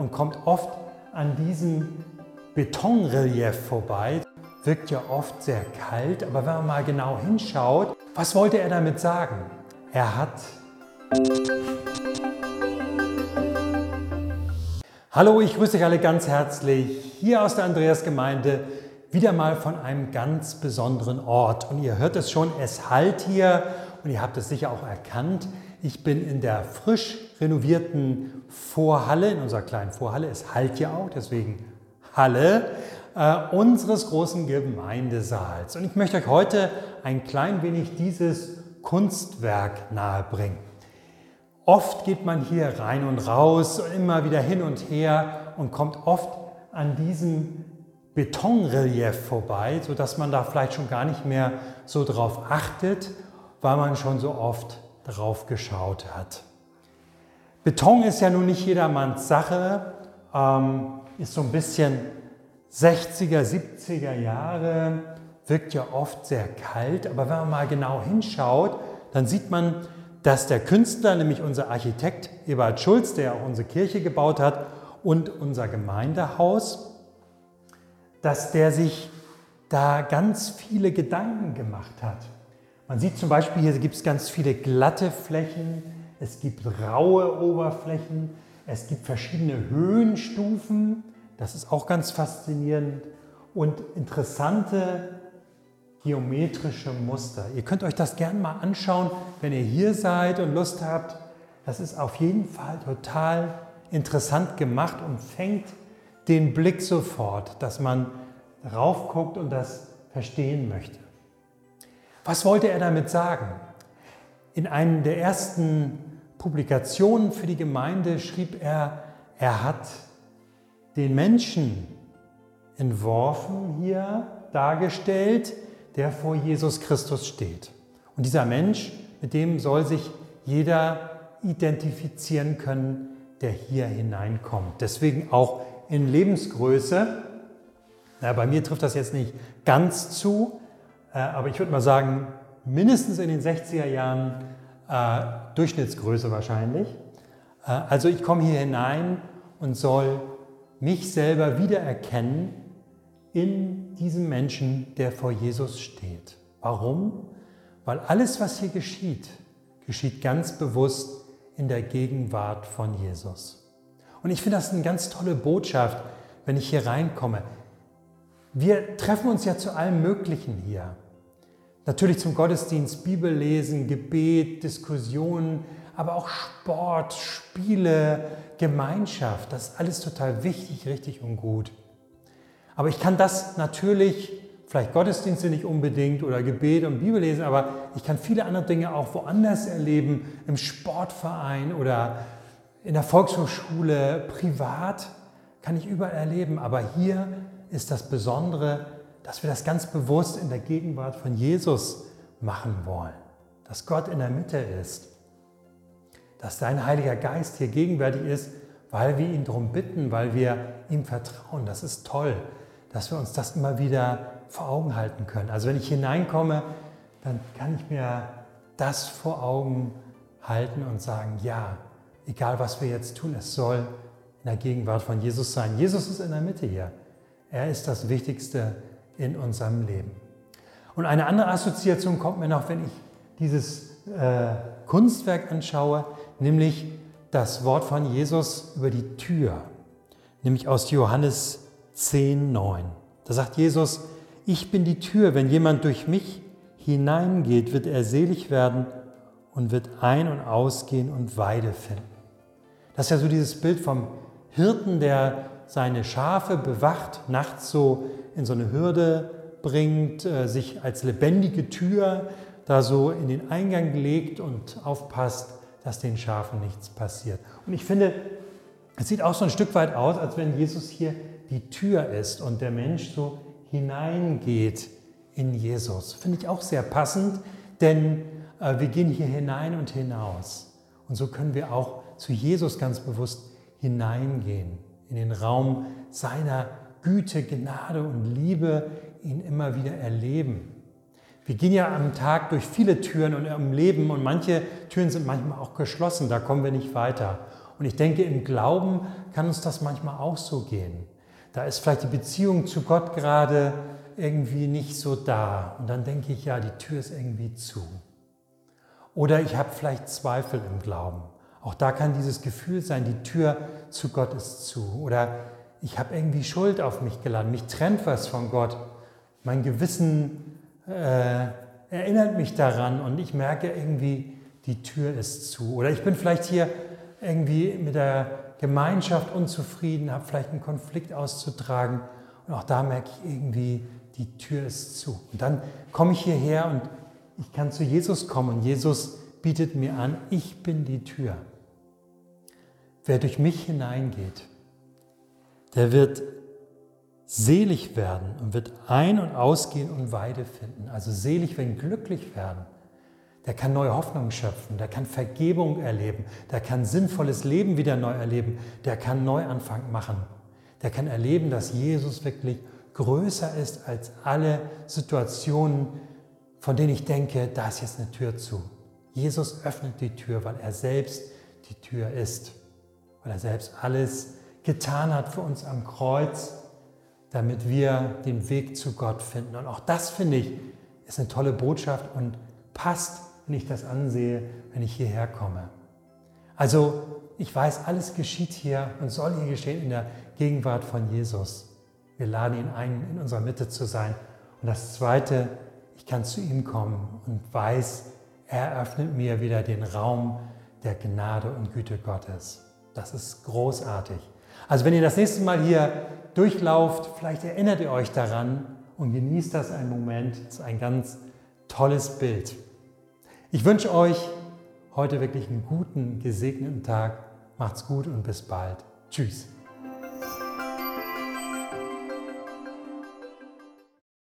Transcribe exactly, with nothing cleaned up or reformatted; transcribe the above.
und kommt oft an diesem Betonrelief vorbei. Wirkt ja oft sehr kalt, aber wenn man mal genau hinschaut, was wollte er damit sagen? Er hat... Hallo, ich grüße euch alle ganz herzlich hier aus der Andreasgemeinde, wieder mal von einem ganz besonderen Ort. Und ihr hört es schon, es hallt hier und ihr habt es sicher auch erkannt. Ich bin in der frisch renovierten Vorhalle, in unserer kleinen Vorhalle. Es hallt hier auch, deswegen Halle äh, unseres großen Gemeindesaals. Und ich möchte euch heute ein klein wenig dieses Kunstwerk nahebringen. Oft geht man hier rein und raus, immer wieder hin und her und kommt oft an diesem Betonrelief vorbei, sodass man da vielleicht schon gar nicht mehr so drauf achtet, weil man schon so oft drauf geschaut hat. Beton ist ja nun nicht jedermanns Sache, ähm, ist so ein bisschen sechziger, siebziger Jahre, wirkt ja oft sehr kalt, aber wenn man mal genau hinschaut, dann sieht man, dass der Künstler, nämlich unser Architekt Eberhard Schulz, der auch unsere Kirche gebaut hat und unser Gemeindehaus, dass der sich da ganz viele Gedanken gemacht hat. Man sieht zum Beispiel, hier gibt es ganz viele glatte Flächen, es gibt raue Oberflächen, es gibt verschiedene Höhenstufen, das ist auch ganz faszinierend und interessante geometrische Muster. Ihr könnt euch das gerne mal anschauen, wenn ihr hier seid und Lust habt. Das ist auf jeden Fall total interessant gemacht und fängt den Blick sofort, dass man raufguckt und das verstehen möchte. Was wollte er damit sagen? In einer der ersten Publikationen für die Gemeinde schrieb er, er hat den Menschen entworfen, hier dargestellt, der vor Jesus Christus steht. Und dieser Mensch, mit dem soll sich jeder identifizieren können, der hier hineinkommt. Deswegen auch in Lebensgröße. Na, bei mir trifft das jetzt nicht ganz zu, äh, aber ich würde mal sagen, mindestens in den sechziger Jahren äh, Durchschnittsgröße wahrscheinlich. Äh, also ich komme hier hinein und soll mich selber wiedererkennen in diesem Menschen, der vor Jesus steht. Warum? Weil alles, was hier geschieht, geschieht ganz bewusst in der Gegenwart von Jesus. Und ich finde das eine ganz tolle Botschaft, wenn ich hier reinkomme. Wir treffen uns ja zu allem Möglichen hier. Natürlich zum Gottesdienst, Bibellesen, Gebet, Diskussionen, aber auch Sport, Spiele, Gemeinschaft. Das ist alles total wichtig, richtig und gut. Aber ich kann das natürlich, vielleicht Gottesdienste nicht unbedingt oder Gebet und Bibellesen, aber ich kann viele andere Dinge auch woanders erleben, im Sportverein oder in der Volkshochschule, privat, kann ich überall erleben. Aber hier ist das Besondere, dass wir das ganz bewusst in der Gegenwart von Jesus machen wollen. Dass Gott in der Mitte ist. Dass sein Heiliger Geist hier gegenwärtig ist, weil wir ihn darum bitten, weil wir ihm vertrauen. Das ist toll, dass wir uns das immer wieder vor Augen halten können. Also wenn ich hineinkomme, dann kann ich mir das vor Augen halten und sagen, ja, egal was wir jetzt tun, es soll in der Gegenwart von Jesus sein. Jesus ist in der Mitte hier. Er ist das Wichtigste in unserem Leben. Und eine andere Assoziation kommt mir noch, wenn ich dieses äh, Kunstwerk anschaue, nämlich das Wort von Jesus über die Tür, nämlich aus Johannes zehn, neun. Da sagt Jesus, ich bin die Tür, wenn jemand durch mich hineingeht, wird er selig werden und wird ein- und ausgehen und Weide finden. Das ist ja so dieses Bild vom Hirten, der seine Schafe bewacht, nachts so in so eine Hürde bringt, sich als lebendige Tür da so in den Eingang legt und aufpasst, dass den Schafen nichts passiert. Und ich finde, es sieht auch so ein Stück weit aus, als wenn Jesus hier die Tür ist und der Mensch so hineingeht in Jesus. Finde ich auch sehr passend, denn äh, wir gehen hier hinein und hinaus. Und so können wir auch zu Jesus ganz bewusst hineingehen, in den Raum seiner Güte, Gnade und Liebe, ihn immer wieder erleben. Wir gehen ja am Tag durch viele Türen und im Leben und manche Türen sind manchmal auch geschlossen, da kommen wir nicht weiter. Und ich denke, im Glauben kann uns das manchmal auch so gehen. Da ist vielleicht die Beziehung zu Gott gerade irgendwie nicht so da. Und dann denke ich, ja, die Tür ist irgendwie zu. Oder ich habe vielleicht Zweifel im Glauben. Auch da kann dieses Gefühl sein, die Tür zu Gott ist zu. Oder ich habe irgendwie Schuld auf mich geladen, mich trennt was von Gott. Mein Gewissen äh, erinnert mich daran und ich merke irgendwie, die Tür ist zu. Oder ich bin vielleicht hier irgendwie mit der Gemeinschaft unzufrieden, habe vielleicht einen Konflikt auszutragen und auch da merke ich irgendwie, die Tür ist zu. Und dann komme ich hierher und ich kann zu Jesus kommen und Jesus bietet mir an, ich bin die Tür. Wer durch mich hineingeht, der wird selig werden und wird ein- und ausgehen und Weide finden. Also selig, wenn glücklich werden. Der kann neue Hoffnung schöpfen, der kann Vergebung erleben, der kann sinnvolles Leben wieder neu erleben, der kann Neuanfang machen. Der kann erleben, dass Jesus wirklich größer ist als alle Situationen, von denen ich denke, da ist jetzt eine Tür zu. Jesus öffnet die Tür, weil er selbst die Tür ist, weil er selbst alles getan hat für uns am Kreuz, damit wir den Weg zu Gott finden. Und auch das, finde ich, ist eine tolle Botschaft und passt, wenn ich das ansehe, wenn ich hierher komme. Also ich weiß, alles geschieht hier und soll hier geschehen in der Gegenwart von Jesus. Wir laden ihn ein, in unserer Mitte zu sein. Und das Zweite, ich kann zu ihm kommen und weiß, er öffnet mir wieder den Raum der Gnade und Güte Gottes. Das ist großartig. Also wenn ihr das nächste Mal hier durchlauft, vielleicht erinnert ihr euch daran und genießt das einen Moment. Das ist ein ganz tolles Bild. Ich wünsche euch heute wirklich einen guten, gesegneten Tag. Macht's gut und bis bald. Tschüss.